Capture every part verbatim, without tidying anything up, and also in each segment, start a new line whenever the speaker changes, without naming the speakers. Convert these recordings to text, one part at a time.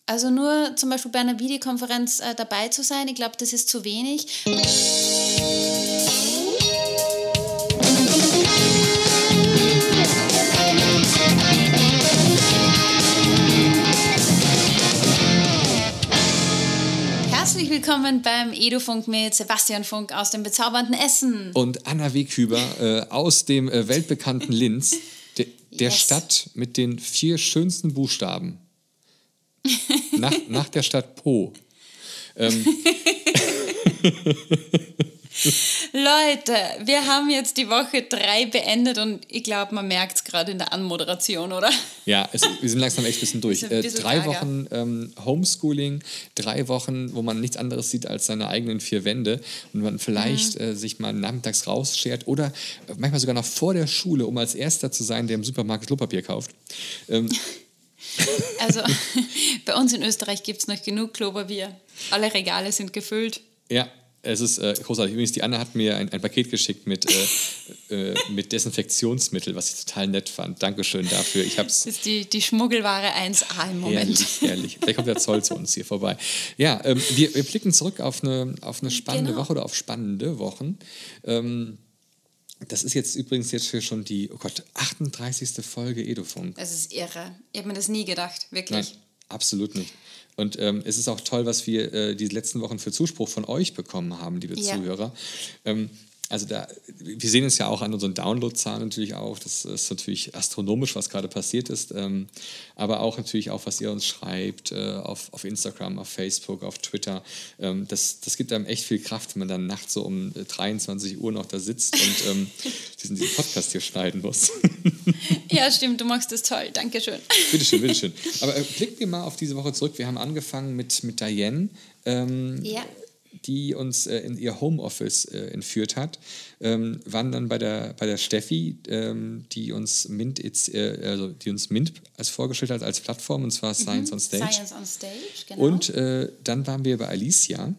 Also nur zum Beispiel bei einer Videokonferenz äh, dabei zu sein, ich glaube, das ist zu wenig. Herzlich willkommen beim Edufunk mit Sebastian Funk aus dem bezaubernden Essen.
Und Anna Weghüber äh, aus dem äh, weltbekannten Linz, de, der yes. Stadt mit den vier schönsten Buchstaben. Nach, nach der Stadt Po. Ähm.
Leute, wir haben jetzt die Woche drei beendet und ich glaube, man merkt es gerade in der Anmoderation, oder?
Ja, es, wir sind langsam echt ein bisschen durch. Ein bisschen äh, drei Lager. Wochen ähm, Homeschooling, drei Wochen, wo man nichts anderes sieht als seine eigenen vier Wände und man vielleicht mhm. äh, sich mal nachmittags rausschert oder manchmal sogar noch vor der Schule, um als Erster zu sein, der im Supermarkt Klopapier kauft. Ähm,
Also bei uns in Österreich gibt es noch genug Klopapier. Alle Regale sind gefüllt.
Ja, es ist äh, großartig. Übrigens, die Anna hat mir ein, ein Paket geschickt mit, äh, äh, mit Desinfektionsmittel, was ich total nett fand. Dankeschön dafür. Ich hab's
das ist die, die Schmuggelware eins A im Moment.
Herrlich, herrlich. Vielleicht kommt der Zoll zu uns hier vorbei. Ja, ähm, wir, wir blicken zurück auf eine, auf eine spannende genau. Woche oder auf spannende Wochen. Ähm, Das ist jetzt übrigens jetzt für schon die, oh Gott, achtunddreißigste Folge Edufunk.
Das ist irre. Ich habe mir das nie gedacht, wirklich.
Nein, absolut nicht. Und ähm, es ist auch toll, was wir äh, die letzten Wochen für Zuspruch von euch bekommen haben, liebe ja. Zuhörer. Ähm, also da, wir sehen es ja auch an unseren Downloadzahlen natürlich auch. Das ist natürlich astronomisch, was gerade passiert ist. Ähm, aber auch natürlich auch, was ihr uns schreibt äh, auf, auf Instagram, auf Facebook, auf Twitter. Ähm, das, das gibt einem echt viel Kraft, wenn man dann nachts so um dreiundzwanzig Uhr noch da sitzt und ähm, diesen, diesen Podcast hier schneiden muss.
Ja, stimmt, du machst das toll. Dankeschön.
Bitteschön, bitteschön. Aber äh, blicken wir mal auf diese Woche zurück. Wir haben angefangen mit, mit Diane. Ähm,
ja.
die uns äh, in ihr Homeoffice äh, entführt hat, ähm, waren dann bei der, bei der Steffi, ähm, die uns Mint, äh, also die uns Mint als vorgestellt hat als Plattform, und zwar Science mhm. on Stage.
Science on Stage, genau.
Und äh, dann waren wir bei Alicia,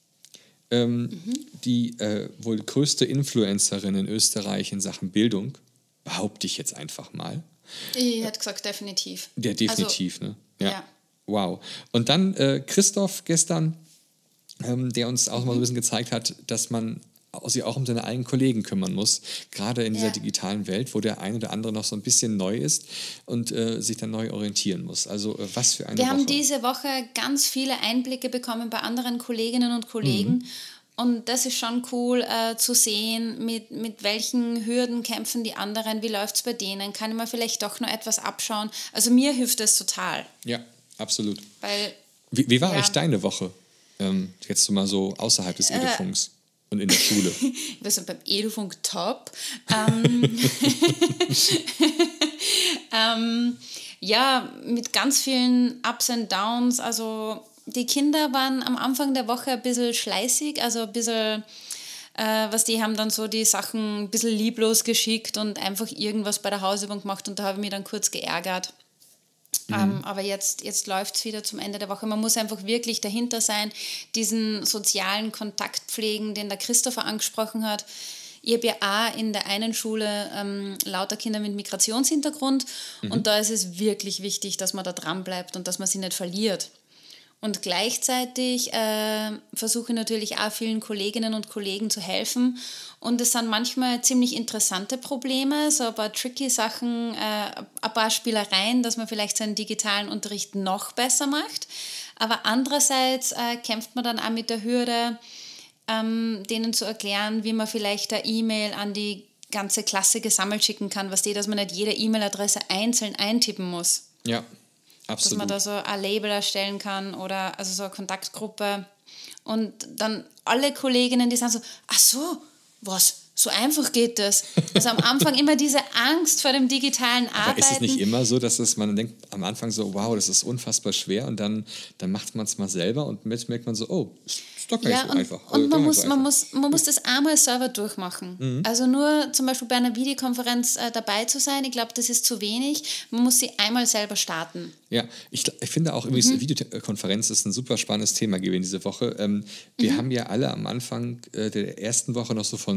ähm, mhm. die äh, wohl größte Influencerin in Österreich in Sachen Bildung, behaupte ich jetzt einfach mal.
Ich hätte gesagt, definitiv.
Ja, definitiv, also, ne? Ja.
ja.
Wow. Und dann äh, Christoph gestern, Ähm, der uns auch mhm. mal so ein bisschen gezeigt hat, dass man sich auch um seine eigenen Kollegen kümmern muss, gerade in dieser ja. digitalen Welt, wo der ein oder andere noch so ein bisschen neu ist und äh, sich dann neu orientieren muss. Also äh, was für eine
Wir
Woche.
Wir haben diese Woche ganz viele Einblicke bekommen bei anderen Kolleginnen und Kollegen. Mhm. Und das ist schon cool äh, zu sehen, mit, mit welchen Hürden kämpfen die anderen, wie läuft es bei denen, kann ich mir vielleicht doch noch etwas abschauen. Also mir hilft das total.
Ja, absolut.
Weil,
wie, wie war
ja,
eigentlich deine Woche? Ähm, jetzt mal so außerhalb des Edufunks äh, und in der Schule.
Ich war so beim Edufunk top. Ähm, ähm, ja, mit ganz vielen Ups und Downs. Also die Kinder waren am Anfang der Woche ein bisschen schleißig, also ein bisschen, äh, was die haben dann so die Sachen ein bisschen lieblos geschickt und einfach irgendwas bei der Hausübung gemacht und da habe ich mich dann kurz geärgert. Mhm. Ähm, aber jetzt, jetzt läuft es wieder zum Ende der Woche. Man muss einfach wirklich dahinter sein, diesen sozialen Kontakt pflegen, den der Christopher angesprochen hat. Ich habe ja auch in der einen Schule ähm, lauter Kinder mit Migrationshintergrund mhm. und da ist es wirklich wichtig, dass man da dran bleibt und dass man sie nicht verliert. Und gleichzeitig äh, versuche ich natürlich auch vielen Kolleginnen und Kollegen zu helfen. Und es sind manchmal ziemlich interessante Probleme, so ein paar tricky Sachen, äh, ein paar Spielereien, dass man vielleicht seinen digitalen Unterricht noch besser macht. Aber andererseits äh, kämpft man dann auch mit der Hürde, ähm, denen zu erklären, wie man vielleicht eine E-Mail an die ganze Klasse gesammelt schicken kann, was die, dass man nicht jede E-Mail-Adresse einzeln eintippen muss.
Ja. Absolut.
Dass man da so ein Label erstellen kann oder also so eine Kontaktgruppe. Und dann alle Kolleginnen, die sagen so, ach so, was, so einfach geht das. Also am Anfang immer diese Angst vor dem digitalen Arbeiten.
Aber ist es nicht immer so, dass es, man denkt am Anfang so, wow, das ist unfassbar schwer und dann, dann macht man es mal selber und jetzt merkt man so, oh, ist doch gar
ja,
nicht so
und,
einfach.
Und
also,
man, muss,
so
man, muss, man muss das einmal selber durchmachen. Mhm. Also nur zum Beispiel bei einer Videokonferenz äh, dabei zu sein, ich glaube, das ist zu wenig. Man muss sie einmal selber starten.
Ja, ich, ich finde auch, übrigens, mhm. Videokonferenz ist ein super spannendes Thema gewesen diese Woche. Ähm, wir mhm. haben ja alle am Anfang äh, der ersten Woche noch so von, von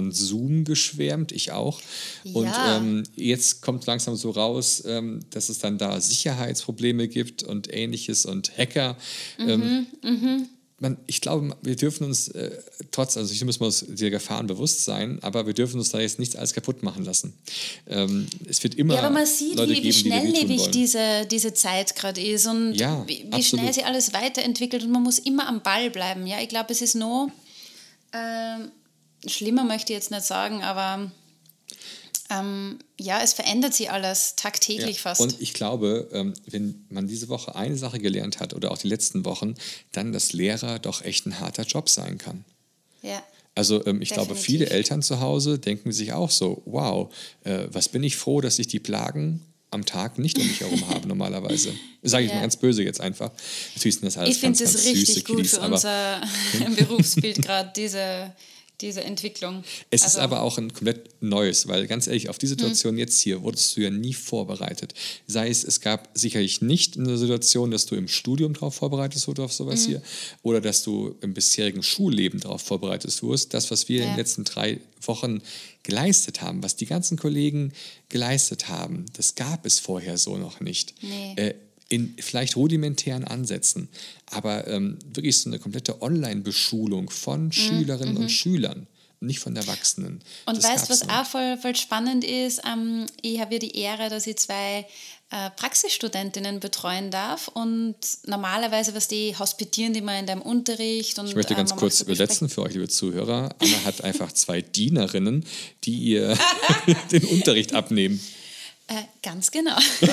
von Zoom geschwärmt, ich auch. Und
Ja.
ähm, jetzt kommt langsam so raus, ähm, dass es dann da Sicherheitsprobleme gibt und Ähnliches und Hacker.
Mhm,
ähm,
mhm.
Man, ich glaube, wir dürfen uns äh, trotz, also ich muss uns dieser Gefahren bewusst sein, aber wir dürfen uns da jetzt nichts alles kaputt machen lassen. Ähm, es wird immer
Ja, aber man sieht,
Leute
wie, wie
geben, die da wehtun
schnelllebig
wollen.
diese, diese Zeit gerade ist und
Ja,
wie, wie
absolut.
schnell sich alles weiterentwickelt und man muss immer am Ball bleiben. Ja, ich glaube, es ist noch ähm, schlimmer, möchte ich jetzt nicht sagen, aber ähm, ja, es verändert sich alles tagtäglich
Ja.
fast.
Und ich glaube, ähm, wenn man diese Woche eine Sache gelernt hat oder auch die letzten Wochen, dann, dass Lehrer doch echt ein harter Job sein kann.
Ja.
Also ähm, ich glaube,
Definitiv.
viele Eltern zu Hause denken sich auch so, wow, äh, was bin ich froh, dass ich die Plagen am Tag nicht um mich herum habe normalerweise. Sage ich
Ja.
mal ganz böse jetzt einfach. Natürlich sind das alles
Ich
ganz,
finde das
ganz süße
richtig gut
Kiddies,
für
aber
unser Berufsbild gerade, diese, diese Entwicklung.
es
Also,
ist aber auch ein komplett neues, weil ganz ehrlich, auf die Situation jetzt hier wurdest du ja nie vorbereitet. Sei es, es gab sicherlich nicht eine Situation, dass du im Studium darauf vorbereitet wurdest auf sowas hier oder dass du im bisherigen Schulleben darauf vorbereitet wurdest. Das, was wir in
Ja.
den letzten drei Wochen geleistet haben, was die ganzen Kollegen geleistet haben, das gab es vorher so noch nicht.
Nee.
Äh, in vielleicht rudimentären Ansätzen, aber ähm, wirklich so eine komplette Online-Beschulung von Schülerinnen und Schülern, nicht von Erwachsenen.
Und
Das
weißt du,
gab's
was
noch
auch voll, voll spannend ist? Ähm, ich habe ja die Ehre, dass ich zwei äh, Praxisstudentinnen betreuen darf und normalerweise, was die hospitieren die mal in deinem Unterricht. Und,
Ich möchte
äh,
ganz
man
kurz
macht so
übersetzen für euch, liebe Zuhörer. Anna hat einfach zwei Dienerinnen, die ihr den Unterricht abnehmen.
Äh, ganz genau.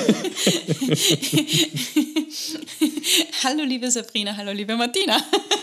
Hallo liebe Sabrina, hallo liebe Martina.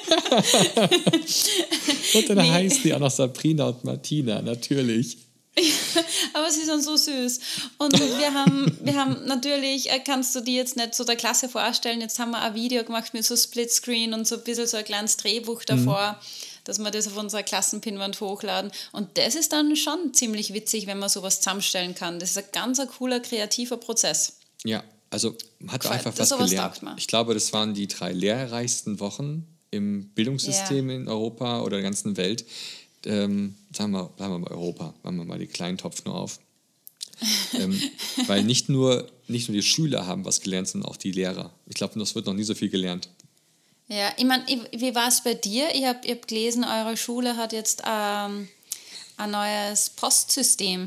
Und dann
Nee.
heißt die auch noch Sabrina und Martina, natürlich.
Aber sie sind so süß. Und wir haben, wir haben natürlich, äh, kannst du dir jetzt nicht so der Klasse vorstellen, jetzt haben wir ein Video gemacht mit so Splitscreen und so ein bisschen so ein kleines Drehbuch davor, dass wir das auf unserer Klassenpinnwand hochladen. Und das ist dann schon ziemlich witzig, wenn man sowas zusammenstellen kann. Das ist ein ganz ein cooler, kreativer Prozess.
Ja, also man hat
Gefällt-
einfach
das
was
sowas
gelernt.
taugt mir.
Ich glaube, das waren die drei lehrreichsten Wochen im Bildungssystem in Europa oder der ganzen Welt. Ähm, sagen wir, bleiben wir mal Europa, machen wir mal die kleinen Topf nur auf. ähm, weil nicht nur, nicht nur die Schüler haben was gelernt, sondern auch die Lehrer. Ich glaube, das wird noch nie so viel gelernt.
Ja, ich meine, wie war es bei dir? Ich habe ich hab gelesen, eure Schule hat jetzt ähm, ein neues Postsystem.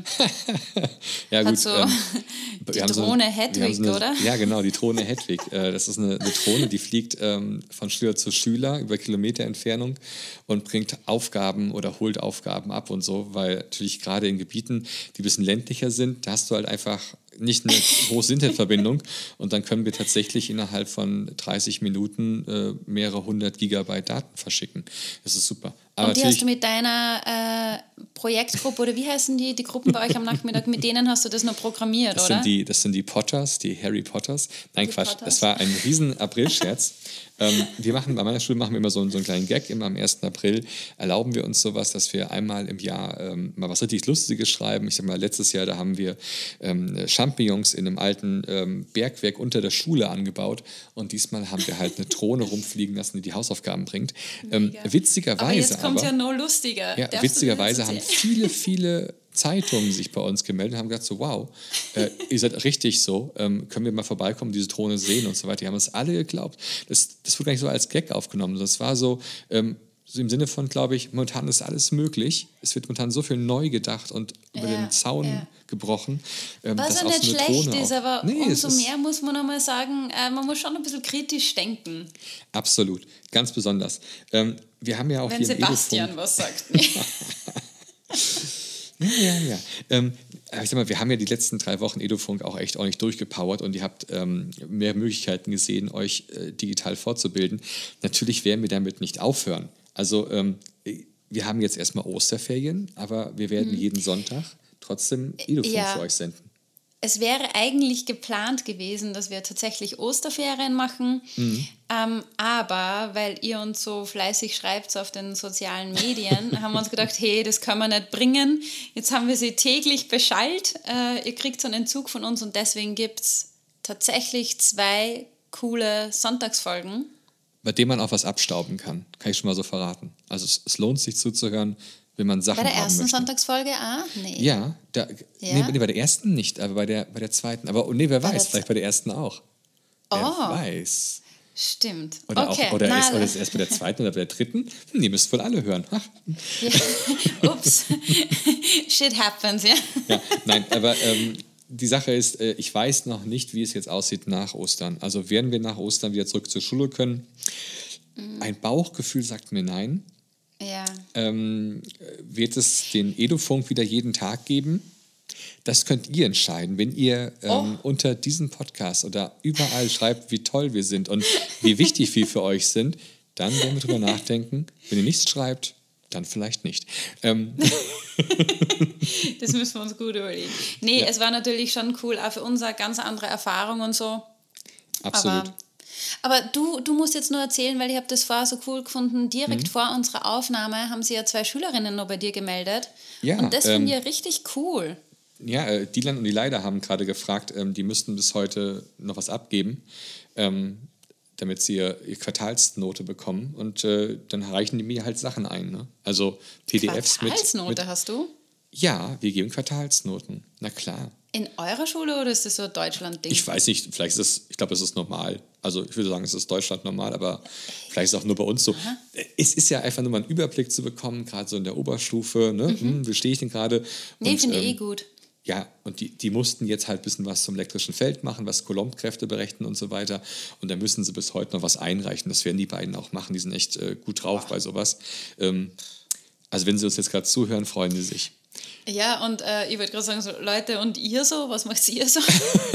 Ja,
Hat
gut.
so
ähm,
die
wir haben so
Drohne
eine- wir haben
Hedwig,
so eine,
oder?
Ja, genau, die Drohne Hedwig. Äh, das ist eine, eine Drohne, die fliegt ähm, von Schüler zu Schüler über Kilometer Entfernung und bringt Aufgaben oder holt Aufgaben ab und so, weil natürlich gerade in Gebieten, die ein bisschen ländlicher sind, da hast du halt einfach nicht eine große Internetverbindung und dann können wir tatsächlich innerhalb von dreißig Minuten äh, mehrere hundert Gigabyte Daten verschicken. Das ist super. Aber
Und die
natürlich-
hast du mit deiner äh, Projektgruppe, oder wie heißen die, die Gruppen bei euch am Nachmittag, mit denen hast du das noch programmiert,
Das
oder?
sind, die, das sind die Potters, die Harry Potters. Nein,
Die
Quatsch,
Potters.
das war ein riesen April-Scherz. ähm, wir machen, bei meiner Schule machen wir immer so, so einen kleinen Gag. Immer am ersten April erlauben wir uns sowas, dass wir einmal im Jahr ähm, mal was richtig Lustiges schreiben. Ich sag mal, letztes Jahr, da haben wir ähm, Champignons in einem alten ähm, Bergwerk unter der Schule angebaut und diesmal haben wir halt eine Drohne rumfliegen lassen, die die Hausaufgaben bringt. Ähm,
Mega.
witzigerweise
aber jetzt kommt
aber,
ja noch lustiger.
ja,
Darfst du
witzigerweise
das
haben
erzählen?
viele, viele Zeitungen sich bei uns gemeldet und haben gesagt so, wow, äh, ihr seid richtig so, ähm, können wir mal vorbeikommen, diese Drohne sehen und so weiter. Die haben uns alle geglaubt. Das, das wurde gar nicht so als Gag aufgenommen. Das war so, ähm, so im Sinne von, glaube ich, momentan ist alles möglich. Es wird momentan so viel neu gedacht und über
Ja,
den Zaun
ja.
gebrochen. Ähm,
Was
dass
ja
auch
nicht
so eine
schlecht
Drohne
ist,
auch-
aber
Nee, es
umso
ist-
mehr muss man nochmal sagen, äh, man muss schon ein bisschen kritisch denken,
Absolut, ganz besonders. Ähm, wir haben ja auch
wenn
hier im
Sebastian
Edofunk-
was sagt.
Ja, ja, ja. Ähm, aber ich sag mal, wir haben ja die letzten drei Wochen Edofunk auch echt ordentlich durchgepowert und ihr habt ähm, mehr Möglichkeiten gesehen, euch äh, digital fortzubilden. Natürlich werden wir damit nicht aufhören. Also ähm, wir haben jetzt erstmal Osterferien, aber wir werden jeden Sonntag trotzdem Edofunk
Ja.
für euch senden.
Es wäre eigentlich geplant gewesen, dass wir tatsächlich Osterferien machen, ähm, aber weil ihr uns so fleißig schreibt auf den sozialen Medien, haben wir uns gedacht, hey, das können wir nicht bringen. Jetzt haben wir sie täglich beschallt. Äh, ihr kriegt so einen Entzug von uns und deswegen gibt es tatsächlich zwei coole Sonntagsfolgen.
Bei dem man auch was abstauben kann, kann ich schon mal so verraten. Also es, es lohnt sich zuzuhören, wenn man Sachen haben
Bei
möchte.
der ersten Sonntagsfolge auch? Nee.
Ja, da,
Ja?
Nee, nee, bei der ersten nicht, aber bei der, bei der zweiten. Aber oh, nee, wer
Bei
weiß,
der
vielleicht bei der ersten auch.
Oh.
Wer weiß.
Stimmt.
Oder,
okay.
auch, oder,
Na,
erst, oder ist erst bei der zweiten oder bei der dritten? Hm, ihr müsst wohl alle hören. Ach.
Ja. Ups. Shit happens, ja.
Ja, nein, aber ähm, die Sache ist, äh, ich weiß noch nicht, wie es jetzt aussieht nach Ostern. Also werden wir nach Ostern wieder zurück zur Schule können? Mhm. Ein Bauchgefühl sagt mir nein.
Ja.
Ähm, wird es den Edufunk wieder jeden Tag geben? Das könnt ihr entscheiden, wenn ihr ähm, oh. unter diesem Podcast oder überall schreibt, wie toll wir sind und wie wichtig wir für euch sind, dann werden wir drüber nachdenken. Wenn ihr nichts schreibt, dann vielleicht nicht. Ähm.
Das müssen wir uns gut überlegen. Nee, ja. Es war natürlich schon cool, auch für uns eine ganz andere Erfahrung und so.
Absolut.
Aber, aber du, du musst jetzt nur erzählen, weil ich habe das vorher so cool gefunden, direkt mhm. vor unserer Aufnahme haben sie ja zwei Schülerinnen noch bei dir gemeldet. Ja, und das ähm, finde ich ja richtig cool.
Ja, äh, Dylan und Elida haben gerade gefragt, ähm, die müssten bis heute noch was abgeben, ähm, damit sie ihr, ihr Quartalsnote bekommen. Und äh, dann reichen die mir halt Sachen ein. Ne? Also P D Fs mit...
Quartalsnote
mit,
hast du?
Ja, wir geben Quartalsnoten. Na klar.
In eurer Schule oder ist das so ein Deutschland-Ding?
Ich weiß nicht, vielleicht ist es, ich glaube, es ist normal. Also ich würde sagen, es ist Deutschland normal, aber vielleicht ist es auch nur bei uns so. Aha. Es ist ja einfach nur mal einen Überblick zu bekommen, gerade so in der Oberstufe. Ne? Mhm. Hm, wie stehe ich denn gerade?
Nee, finde ich
ähm,
eh gut.
Ja, und die, die mussten jetzt halt ein bisschen was zum elektrischen Feld machen, was Coulombkräfte berechnen und so weiter. Und da müssen sie bis heute noch was einreichen. Das werden die beiden auch machen. Die sind echt äh, gut drauf oh. bei sowas. Ähm, also wenn sie uns jetzt gerade zuhören, freuen sie sich.
Ja, und äh, ich würde gerade sagen, so, Leute, und ihr so? Was macht ihr so?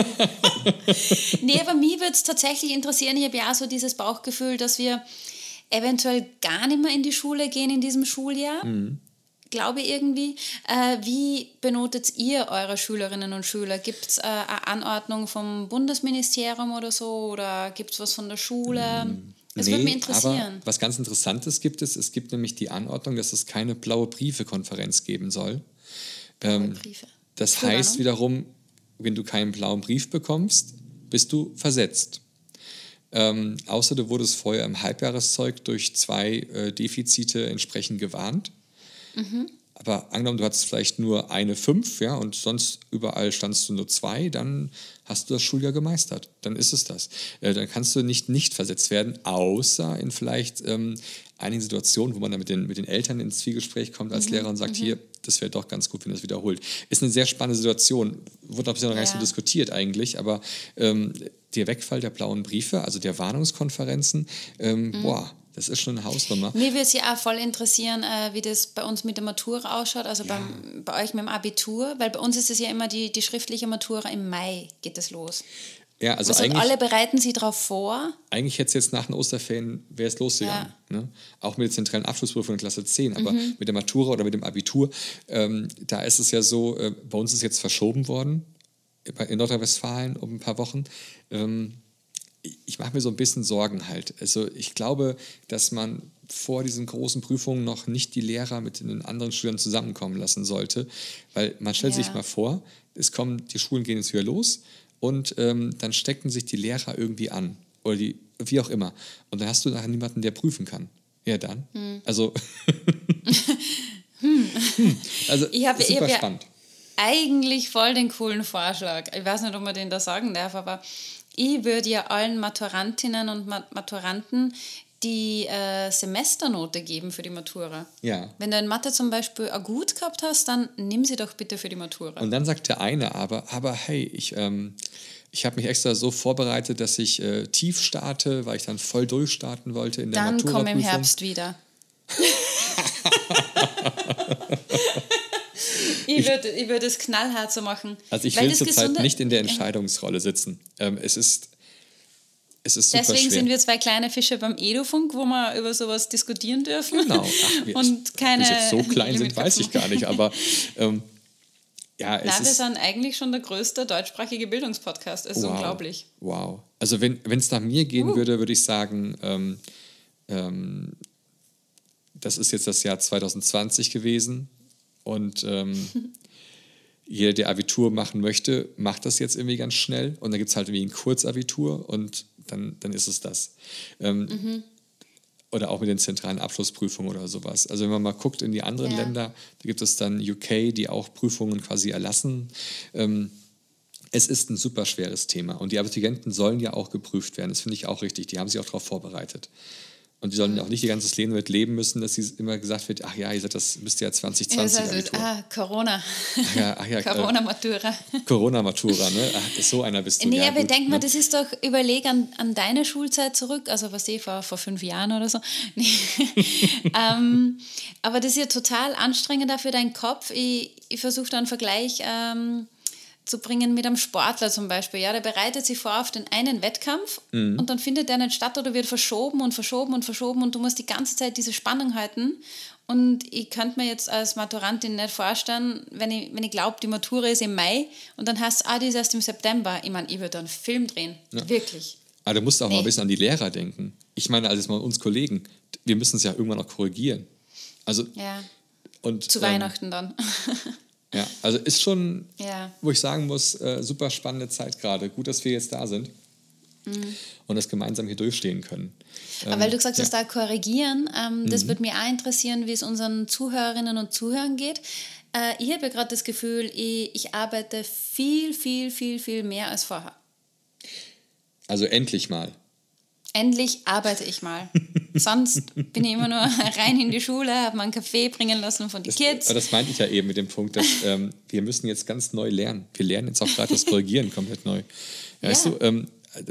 Nee, aber mich würde es tatsächlich interessieren. Ich habe ja auch so dieses Bauchgefühl, dass wir eventuell gar nicht mehr in die Schule gehen in diesem Schuljahr. Mhm. Glaube ich irgendwie. Äh, wie benotet ihr eure Schülerinnen und Schüler? Gibt es äh, eine Anordnung vom Bundesministerium oder so? Oder gibt es was von der Schule?
Mm,
das
nee,
würde mich interessieren.
Aber was ganz Interessantes gibt es. Es gibt nämlich die Anordnung, dass es keine blaue Briefe-Konferenz geben soll.
Blaue ähm, Briefe.
Das Früher heißt noch? wiederum, wenn du keinen blauen Brief bekommst, bist du versetzt. Ähm, außer du wurdest vorher im Halbjahreszeug durch zwei äh, Defizite entsprechend gewarnt. Mhm. Aber angenommen, du hattest vielleicht nur eine fünf, ja, und sonst überall standst du nur zwei, dann hast du das Schuljahr gemeistert. Dann ist es das. Äh, dann kannst du nicht nicht versetzt werden, außer in vielleicht ähm, einigen Situationen, wo man dann mit den, mit den Eltern ins Zwiegespräch kommt als mhm. Lehrer und sagt, mhm. hier, das wäre doch ganz gut, wenn das wiederholt. Ist eine sehr spannende Situation. Wurde auch bisher noch gar nicht so diskutiert eigentlich, aber ähm, der Wegfall der blauen Briefe, also der Warnungskonferenzen, ähm, mhm. boah, das ist schon eine Hausnummer.
Mir würde es ja auch voll interessieren, äh, wie das bei uns mit der Matura ausschaut, also ja. beim, bei euch mit dem Abitur, weil bei uns ist es ja immer die, die schriftliche Matura, im Mai geht es los.
Ja, also,
also
eigentlich,
alle bereiten sie darauf vor.
Eigentlich hätte es jetzt nach den Osterferien, wäre es losgegangen. Ja. Ne? Auch mit der zentralen Abschlussprüfung in Klasse zehn, aber mhm. mit der Matura oder mit dem Abitur, ähm, da ist es ja so, äh, bei uns ist jetzt verschoben worden, in Nordrhein-Westfalen um ein paar Wochen. Ähm, ich mache mir so ein bisschen Sorgen halt. Also ich glaube, dass man vor diesen großen Prüfungen noch nicht die Lehrer mit den anderen Schülern zusammenkommen lassen sollte, weil man stellt ja. sich mal vor, es kommen, die Schulen gehen jetzt wieder los und ähm, dann stecken sich die Lehrer irgendwie an oder die, wie auch immer. Und dann hast du nachher niemanden, der prüfen kann. Ja, dann. Hm. Also,
hm.
hm. also
ich hab,
super
ich
spannend.
Ja eigentlich voll den coolen Vorschlag. Ich weiß nicht, ob man den da sagen darf, aber ich würde ja allen Maturantinnen und Maturanten die äh, Semesternote geben für die Matura.
Ja.
Wenn du in Mathe zum Beispiel ein Gut gehabt hast, dann nimm sie doch bitte für die Matura.
Und dann sagt der eine aber, aber hey, ich, ähm, ich habe mich extra so vorbereitet, dass ich äh, tief starte, weil ich dann voll durchstarten wollte in der
dann
Maturaprüfung.
Dann komm im Herbst wieder. Ich würde ich würd es knallhart so machen.
Also ich will zurzeit nicht in der Entscheidungsrolle sitzen. Ähm, es ist, es ist super
Deswegen
schwer.
sind wir zwei kleine Fische beim Edufunk, wo wir über sowas diskutieren dürfen.
Genau. Ach, wir,
und keine
ob wir jetzt so klein sind, weiß ich gar nicht. Aber ähm, ja, es
Nein,
ist...
wir sind eigentlich schon der größte deutschsprachige Bildungspodcast. Es ist
wow,
unglaublich.
Wow. Also wenn es nach mir gehen uh. würde, würde ich sagen, ähm, ähm, das ist jetzt das Jahr zwanzig zwanzig gewesen. Und ähm, jeder, der Abitur machen möchte, macht das jetzt irgendwie ganz schnell. Und dann gibt es halt irgendwie ein Kurzabitur und dann, dann ist es das. Ähm, mhm. oder auch mit den zentralen Abschlussprüfungen oder sowas. Also wenn man mal guckt in die anderen ja. Länder, da gibt es dann U K, die auch Prüfungen quasi erlassen. Ähm, es ist ein super schweres Thema und die Abiturienten sollen ja auch geprüft werden. Das finde ich auch richtig. Die haben sich auch darauf vorbereitet. Und die sollen ja auch nicht ihr ganzes Leben damit leben müssen, dass sie immer gesagt wird, ach ja, ihr seid das, müsst ihr ja zwanzig zwanzig
ja, also, ah, Corona.
Ach ja, ach ja,
Corona-Matura.
Äh, Corona-Matura, ne? Ach, so einer bist du.
Nee,
ja,
aber
gut,
denk mal,
ne?
das ist doch, überleg an, an deine Schulzeit zurück, also was ich vor, vor fünf Jahren oder so. ähm, aber das ist ja total anstrengend auch für deinen Kopf. Ich, ich versuche da einen Vergleich ähm, zu bringen mit einem Sportler zum Beispiel. Ja, der bereitet sich vor auf den einen Wettkampf mhm. und dann findet der nicht statt oder wird verschoben und verschoben und verschoben und du musst die ganze Zeit diese Spannung halten. Und ich könnte mir jetzt als Maturantin nicht vorstellen, wenn ich, wenn ich glaube, die Matura ist im Mai und dann heißt es, ah, die ist erst im September. Ich meine, ich würde da einen Film drehen. Ja. Wirklich.
Aber du musst auch nee. mal ein bisschen an die Lehrer denken. Ich meine, also mal uns Kollegen, wir müssen es ja irgendwann noch korrigieren. Also,
ja.
und,
zu ähm, Weihnachten dann.
Ja, also ist schon,
ja.
wo ich sagen muss, äh, super spannende Zeit gerade. Gut, dass wir jetzt da sind mhm. und das gemeinsam hier durchstehen können.
Aber
ähm,
weil du gesagt
ja.
hast, da korrigieren, ähm, das
mhm.
würde mich auch interessieren, wie es unseren Zuhörerinnen und Zuhörern geht. Äh, ich habe ja gerade das Gefühl, ich, ich arbeite viel, viel, viel, viel mehr als vorher.
Also endlich mal.
Endlich arbeite ich mal. Sonst bin ich immer nur rein in die Schule, habe mal einen Kaffee bringen lassen von den
das,
Kids.
Das meinte ich ja eben mit dem Punkt, dass ähm, wir müssen jetzt ganz neu lernen. Wir lernen jetzt auch gerade das Korrigieren komplett neu. Ja, weißt du, ähm,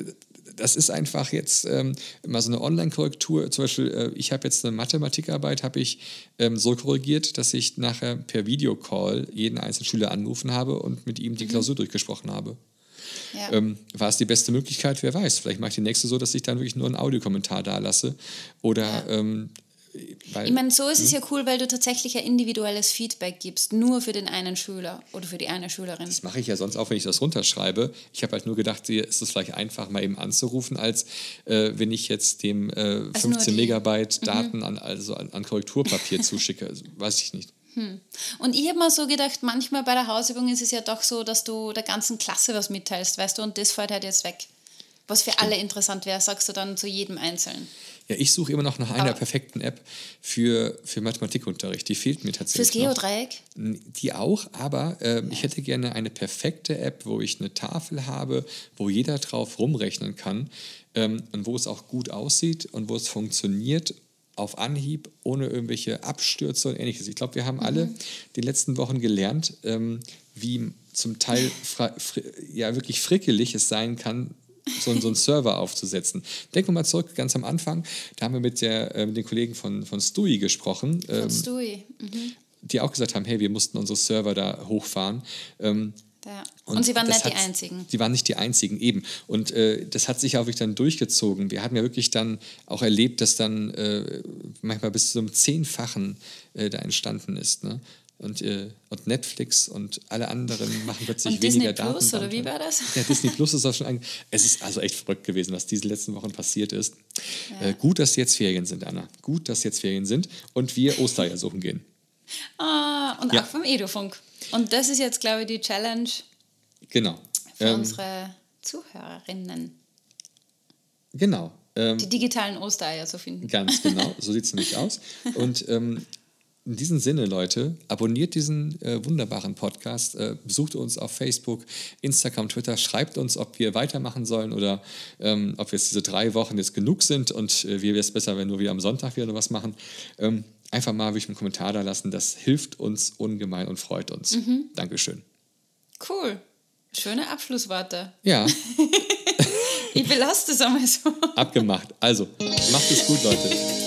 das ist einfach jetzt ähm, mal so eine Online-Korrektur. Zum Beispiel, äh, ich habe jetzt eine Mathematikarbeit, habe ich ähm, so korrigiert, dass ich nachher per Videocall jeden einzelnen Schüler angerufen habe und mit ihm die Klausur mhm. durchgesprochen habe. Ja. Ähm, war es die beste Möglichkeit? Wer weiß. Vielleicht mache ich die nächste so, dass ich dann wirklich nur einen Audiokommentar da lasse. Oder,
ja.
ähm, weil,
ich meine, so ist es
hm?
ja cool, weil du tatsächlich ein individuelles Feedback gibst, nur für den einen Schüler oder für die eine Schülerin.
Das mache ich ja sonst auch, wenn ich das runterschreibe. Ich habe halt nur gedacht, ist es vielleicht einfach mal eben anzurufen, als äh, wenn ich jetzt dem äh, also fünfzehn Megabyte Daten mhm. an, also an, an Korrekturpapier zuschicke. Also, weiß ich nicht.
Hm. Und ich habe mir so gedacht, manchmal bei der Hausübung ist es ja doch so, dass du der ganzen Klasse was mitteilst, weißt du, und das fällt halt jetzt weg. Was für Stimmt. alle interessant wäre, sagst du dann zu jedem Einzelnen.
Ja, ich suche immer noch nach einer Aber perfekten App für, für Mathematikunterricht. Die fehlt mir tatsächlich
Fürs Geodreieck?
Noch. Die auch, aber äh, ich hätte gerne eine perfekte App, wo ich eine Tafel habe, wo jeder drauf rumrechnen kann ähm, und wo es auch gut aussieht und wo es funktioniert auf Anhieb, ohne irgendwelche Abstürze und Ähnliches. Ich glaube, wir haben mhm. alle die letzten Wochen gelernt, ähm, wie zum Teil fra- fr- ja, wirklich frickelig es sein kann, so, so einen Server aufzusetzen. Denken wir mal zurück, ganz am Anfang, da haben wir mit, der, äh, mit den Kollegen von, von Stui gesprochen,
von ähm, Stui. Mhm.
die auch gesagt haben, hey, wir mussten unsere Server da hochfahren. Ähm,
Ja. Und, und sie waren nicht die Einzigen.
Die waren nicht die Einzigen, eben. Und äh, das hat sich auch wirklich dann durchgezogen. Wir haben ja wirklich dann auch erlebt, dass dann äh, manchmal bis zu einem Zehnfachen äh, da entstanden ist. Ne? Und, äh, und Netflix und alle anderen machen plötzlich
und
weniger
Disney Plus,
Daten.
Oder wie war das?
Ja, Disney Plus ist auch schon ein... Es ist also echt verrückt gewesen, was diese letzten Wochen passiert ist. Ja. Äh, gut, dass jetzt Ferien sind, Anna. Gut, dass jetzt Ferien sind und wir Ostereier suchen gehen.
Ah, und ja. auch vom Edufunk. Und das ist jetzt, glaube ich, die Challenge
genau.
für
ähm,
unsere Zuhörerinnen.
Genau. Ähm,
die digitalen Ostereier zu finden.
Ganz genau, so sieht es nämlich aus. Und ähm, in diesem Sinne, Leute, abonniert diesen äh, wunderbaren Podcast, äh, besucht uns auf Facebook, Instagram, Twitter, schreibt uns, ob wir weitermachen sollen oder ähm, ob jetzt diese drei Wochen jetzt genug sind und äh, wie wäre es besser, wenn nur wir am Sonntag wieder was machen. Ähm, einfach mal wirklich einen Kommentar da lassen, das hilft uns ungemein und freut uns. Mhm. Dankeschön.
Cool. Schöne Abschlussworte.
Ja.
Ich belasse das einmal so.
Abgemacht. Also, macht es gut, Leute.